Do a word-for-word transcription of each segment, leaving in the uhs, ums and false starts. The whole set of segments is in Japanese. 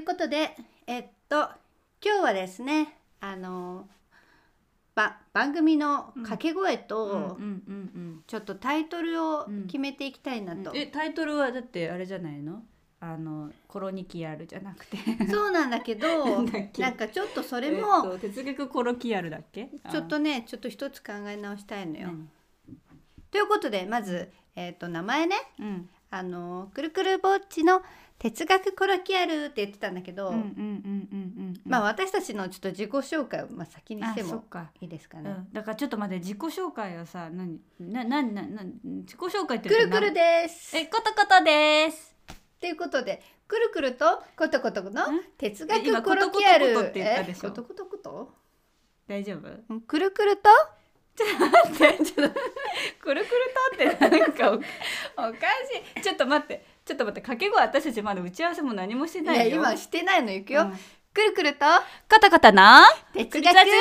ことで、えっと今日はですね、あのば番組の掛け声とちょっとタイトルを決めていきたいなと。 うんうん、えタイトルはだってあれじゃないの？あのコロニキアルじゃなくてそうなんだけどなんかちょっとそれも、 えっと、哲学コロキアルだっけ？ ちょっとねちょっと一つ考え直したいのよ。ということでまず、えっと名前ね、うん、あのくるくるぼっちの哲学コロキアルって言ってたんだけど、まあ私たちのちょっと自己紹介をまあ先にしてもいいですかね。 うん、だからちょっと待って、自己紹介はさ、何なななな自己紹介ってくるくるです。 えコトコトです。 ということでくるくるとコトコトの哲学コロキアル。 コトコトって言ったでしょ。 コトコトコト大丈夫？ くるくるとちょっと待ってちょっとくるくるとってなんか お, おかしい。ちょっと待ってちょっと待って、掛け声私たちまだ打ち合わせも何もしてないよ。 いや今してないの。いくよ、うん、くるくるとカタカタな哲学コロキ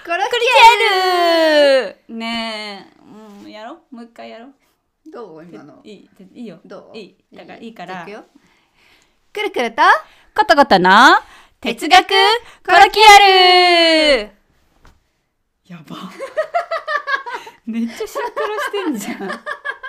アルねえ、うん、やろう、もう一回やろう。 どう今のいいいいよ。 どういいだからいいからいくよ。くるくるとカタカタな哲学コロキアル。やばめっちゃシンクロしてんじゃん。いや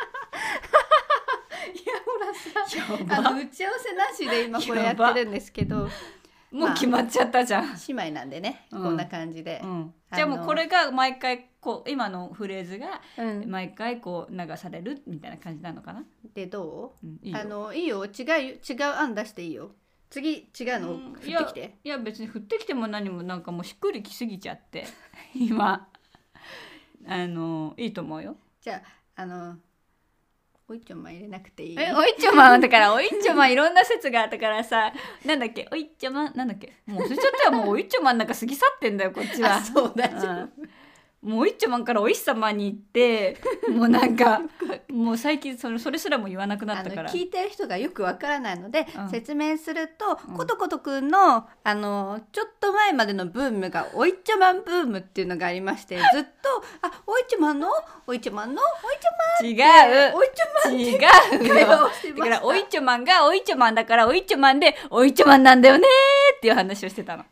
ほらさ、あの打ち合わせなしで今これやってるんですけど、 もう決まっちゃったじゃん、まあ、 姉妹なんでね、うん、こんな感じで、 うん、じゃあもうこれが毎回こう今のフレーズが毎回こう流されるみたいな感じなのかな。 でどう、うん、いいよ。あのいいよ、違う違う案出していいよ。次違うの振ってきて、うん、い, やいや別に振ってきても何も、なんかもうしっくりきすぎちゃって今あのいいと思うよ。 じゃああのおいっちょまん入れなくていい？ えおいっちょまんだからおいっちょまんいろんな説があったからさ、なんだっけおいっちょまんなんだっけもう忘れちゃったよ。もうおいっちょまんなんか過ぎ去ってんだよこっちは。 そう大丈夫。 もうおいっちょまんからおいっさまに行ってもうなんかもう最近それ、それすらも言わなくなったから。 聞いてる人がよくわからないので、うん、説明すると、うん、ことことくんのあのちょっと前までのブームがおいっちょまんブームっていうのがありまして、ずっとあおいっちょまんのおいっちょまんのおいっちょまん違うおいっちょまん違うよ。だからおいっちょまんがおいっちょまんだからおいっちょまんでおいっちょまんなんだよねっていう話をしてたの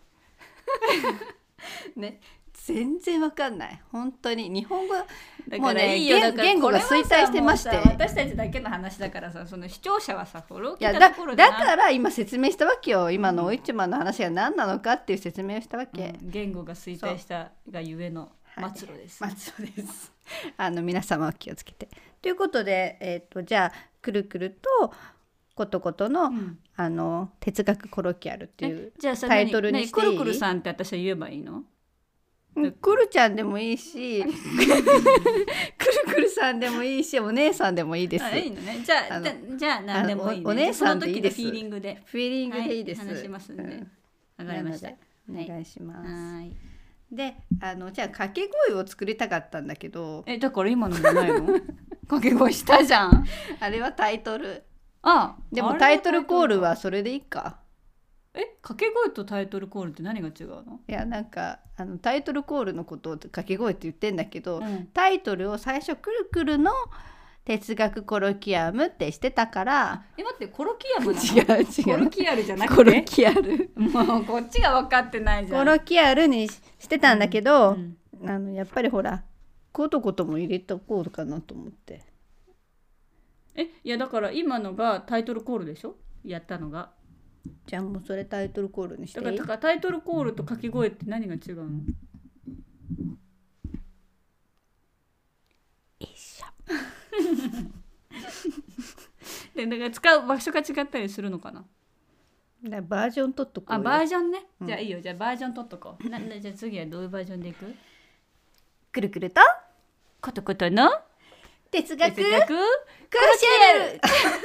ね。全然わかんない本当に日本語だからいいよ。だから言語が衰退してまして、 私たちだけの話だからさ、その視聴者はさフォロー聞いたところでな、だだから今説明したわけよ。今のおいっちょまんの話が何なのかっていう説明をしたわけ、 うん、言語が衰退したがゆえの末路です、 はい、末路ですあの皆様は気をつけてということで、えー、とじゃあくるくるとことことの、うん、あの哲学コロキアルっていうタイトルにしていい？ くるくるさんって私は言えばいいの？ くるちゃんでもいいしくるくるさんでもいいし、お姉さんでもいいです。 あいいのね。じゃあじゃあ何でもいいね。 お姉さんでいいです。 フィーリングでフィーリングでいいです、 はい、話しますんで、 うん、 わかりました。 お願いします。 はい。 であのじゃあ掛け声を作りたかったんだけど、 えだから今のじゃないの？掛け声したじゃん。 あれはタイトル。 あでもタイトルコールはそれでいいか。 え掛け声とタイトルコールって何が違うの？ いやなんかあのタイトルコールのことを掛け声って言ってんだけど、うん、タイトルを最初くるくるの哲学コロキアムってしてたから。 え待ってコロキアムなの？ 違う違うコロキアルじゃなくてコロキアルもうこっちが分かってないじゃん。 コロキアルにしてたんだけど、うんうん、あのやっぱりほらことことも入れとこうかなと思って。 えいやだから今のがタイトルコールでしょ、やったのが。 じゃあもうそれタイトルコールにしていい？ だから、だからタイトルコールと掛け声って何が違うの？ 一緒でだから使う場所が違ったりするのかな。 だバージョン取っとこうよ。 あバージョンね、うん、じゃあいいよ。じゃあバージョン取っとこうなじゃあ次はどういうバージョンでいく？ くるくるとことことの哲学哲学コロシアル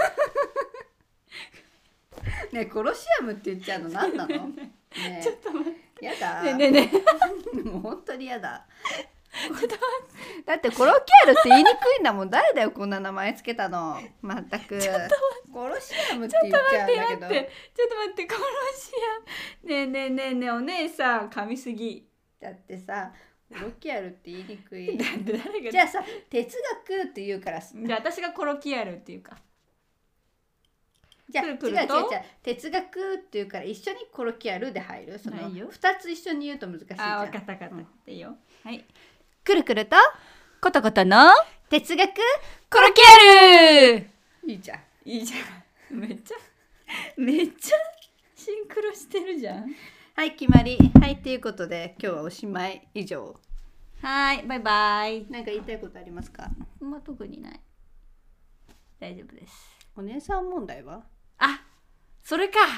ねえコロシアムって言っちゃうの何なの？ねえちょっと待ってやだねえねえねえもう本当にやだちょっと待ってだってコロキアルって言いにくいんだもん。誰だよこんな名前つけたの。まったくコロシアムって言っちゃうんだけど。 ちょっと待って待ってちょっと待ってコロシアムねえねえねえねえお姉さん噛みすぎ。 だってさコロキアルって言いにくいだって誰がじゃあさ哲学って言うから。 じゃあ私がコロキアルっていうかじゃあくるくると違う違う違う、哲学っていうから一緒にコロキアルで入る。そのないよふたつ一緒に言うと難しいじゃん。 あ、わかったわかった、うん、いいよ。はい。 くるくるとコトコトの哲学コロキアル。 いいじゃんいいじゃん。めっちゃめっちゃシンクロしてるじゃん。 はい決まり。はいということで今日はおしまい以上。 はい、バイバイ。 なんか言いたいことありますか？ まあ、特にない。大丈夫です。 お姉さん問題は？ あ、それか。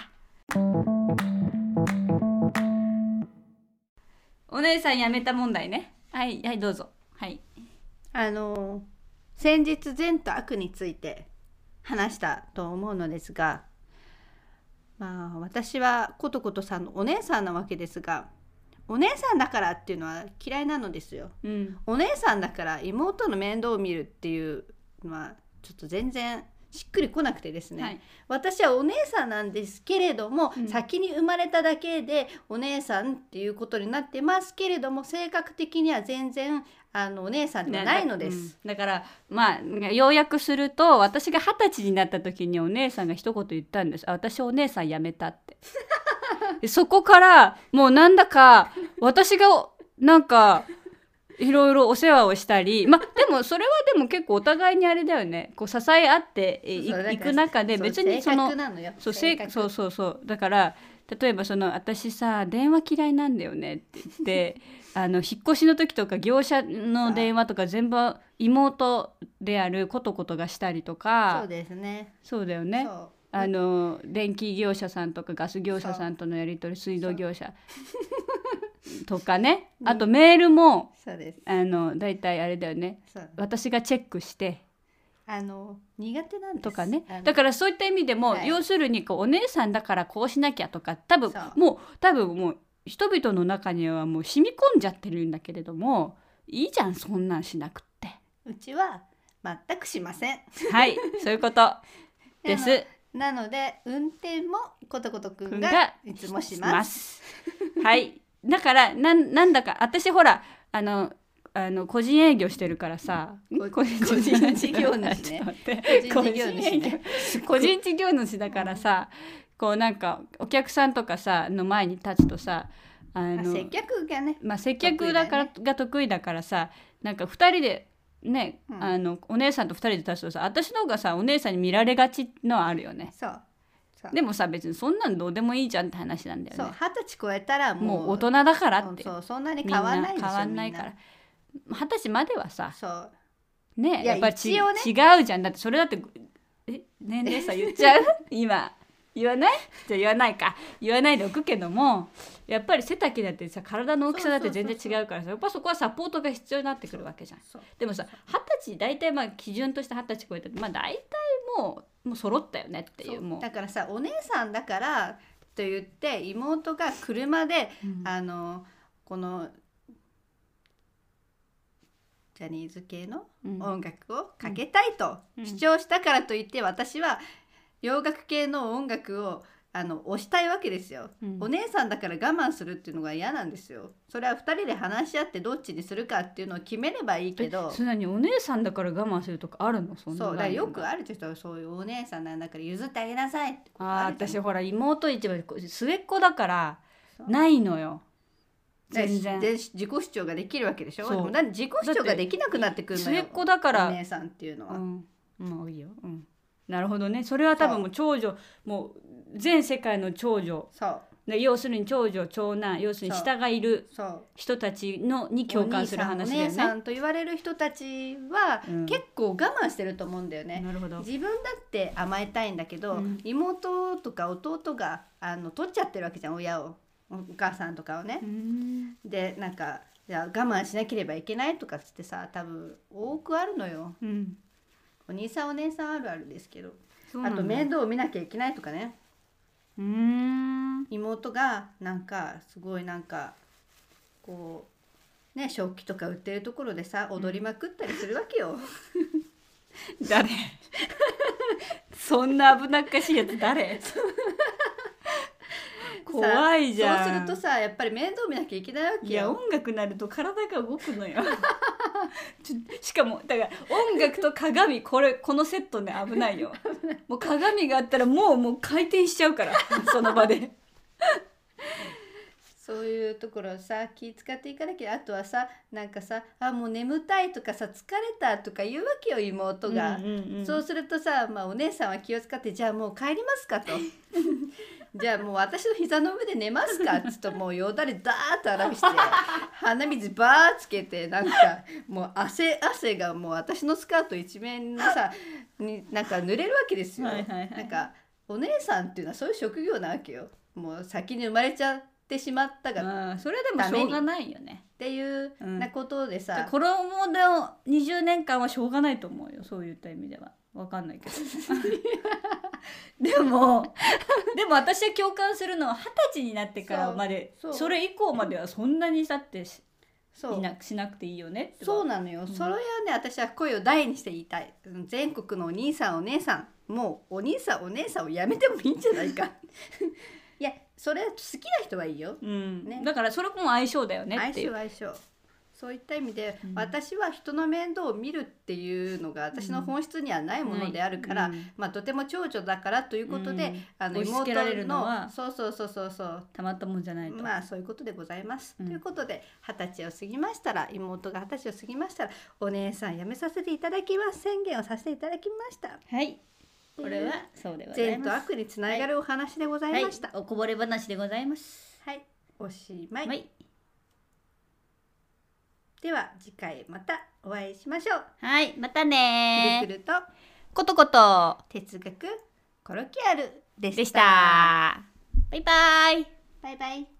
お姉さん辞めた問題ね。はいはい、どうぞ。はい。 あの先日善と悪について話したと思うのですが、まあ私はことことさんのお姉さんなわけですが、お姉さんだからっていうのは嫌いなのですよ、 うん、 お姉さんだから妹の面倒を見るっていうのはちょっと全然しっくりこなくてですね、はい、私はお姉さんなんですけれども、うん、先に生まれただけでお姉さんっていうことになってますけれども、性格的には全然あのお姉さんではないのです、 だ, だからまあ要約すると、私が二十歳になった時にお姉さんが一言言ったんです。あ、私お姉さん辞めたってそこからもうなんだか私がなんかいろいろお世話をしたり、まあでもそれはでも結構お互いにあれだよね、こう支え合っていく中で、別にそのそうそうそうそうだから、例えばその私さ電話嫌いなんだよねって言ってあの引っ越しの時とか業者の電話とか全部妹であることことがしたりとか。 そうですね。 そうだよね。そうあの電気業者さんとかガス業者さんとのやり取り、水道業者とかね、あとメールも、 そうです、 あのだいたいあれだよね、私がチェックしてあの苦手なんですとかね。だからそういった意味でも、はい、要するにこうお姉さんだからこうしなきゃとか、多分もう多分もう人々の中にはもう染み込んじゃってるんだけれども、いいじゃんそんなんしなくって。 うちは全くしませんはいそういうことですなので運転もことことくんがいつもしますはいだからな ん, なんだか私ほらあのあの個人営業してるからさ、 個人事業主ね個人事業主ね個人事業主だからさ、こうなんかお客さんとかさの前に立つとさ、 あの接客がね、 まあ、接客だから、ね、が得意だからさ、なんかふたりでね、うん、あのお姉さんとふたりで立つとさ、私の方がさお姉さんに見られがちのはあるよね。 そうそうでもさ別にそんなんどうでもいいじゃんって話なんだよね。 そう二十歳超えたらもう、 もう大人だからって。 そうそんなに変わんないでしょ。 変わんないから二十歳まではさ、 そうね、やっぱち、 ね、 違うじゃん。だってそれだってえ年齢差言っちゃう今言わないじゃ言わないか言わないでおくけども、やっぱり背丈だってさ体の大きさだって全然違うからさ、やっぱそこはサポートが必要になってくるわけじゃん。でもさ二十歳大体まあ基準として二十歳超えたってまあ大体もうもう揃ったよねっていう。もうだからさお姉さんだからと言って妹が車で、うん、あのこのジャニーズ系の音楽をかけたいと主張したからといって、うん、私は洋楽系の音楽をあの推したいわけですよ、うん、お姉さんだから我慢するっていうのが嫌なんですよ。それはふたりで話し合ってどっちにするかっていうのを決めればいいけど。 それ何お姉さんだから我慢するとかあるの？そんなそうだからよくある人はそういうお姉さんなんだから譲ってあげなさいってことある。あ私ほら妹一番末っ子だからないのよ全然。 で自己主張ができるわけでしょ。でも自己主張ができなくなってくるのよ末っ子だからお姉さんっていうのは、うん、 もういいよ、うんなるほどね。それは多分もう長女もう全世界の長女そうで、要するに長女長男、要するに下がいる人たちのに共感する話だよね。 お姉さんと言われる人たちは、うん、結構我慢してると思うんだよね。 なるほど。 自分だって甘えたいんだけど、うん、妹とか弟があの取っちゃってるわけじゃん、親をお母さんとかをね。でなんかじゃあ我慢しなければいけないとかつってさ、多分多くあるのよ、うん、お兄さんお姉さんあるあるですけど、あと面倒を見なきゃいけないとかね。うーん妹がなんかすごいなんかこうね食器とか売ってるところでさ踊りまくったりするわけよ、 うん、誰そんな危なっかしいやつ誰怖いじゃん。 そうするとさやっぱり面倒見なきゃいけないわけよ。 いや音楽になると体が動くのよちょしかもだから音楽と鏡これこのセットね危ないよ。もう鏡があったらもうもう回転しちゃうからその場で。 そういうところさ気使っていかなきゃ。あとはさなんかさあもう眠たいとかさ疲れたとか言うわけよ妹が、 うんうんうん、 そうするとさ、まあ、お姉さんは気を使ってじゃあもう帰りますかとじゃあもう私の膝の上で寝ますかっつともうよだれダーッと荒らして鼻水バーつけてなんかもう汗汗がもう私のスカート一面のさになんか濡れるわけですよ、 はいはいはい、 なんかお姉さんっていうのはそういう職業なわけよ。もう先に生まれちゃってしまったが、 うん、それでもしょうがないよねっていうなことでさ、 うん、子供のにじゅうねんかんはしょうがないと思うよそういった意味では。わかんないけどでもでも私は共感するのははたちになってからまで そ, それ以降まではそんなにだってしそうなしなくていいよねって。 そうなのよ、うん、それはね私は声を大にして言いたい。全国のお兄さんお姉さんもうお兄さんお姉さんをやめてもいいんじゃないかいやそれ好きな人はいいよ、 うんね、だからそれも相性だよねっていう。 相性相性そういった意味で、うん、私は人の面倒を見るっていうのが私の本質にはないものであるから、うん、まあ、とても長女だからということで、うん、あの妹のそうそうそうそうそうたまったもんじゃないと、 まあそういうことでございます、うん、ということで二十歳を過ぎましたら妹が二十歳を過ぎましたらお姉さん辞めさせていただきます宣言をさせていただきました。 はい、これはそうでございます。 善と悪につながるお話でございました、 はいはい、おこぼれ話でございます。 はい、おしまい、 はい、 では次回またお会いしましょう。 はい、またね。 くるくるとことこと哲学コロキアルでした。 でした。バイバイ。 バイバイ。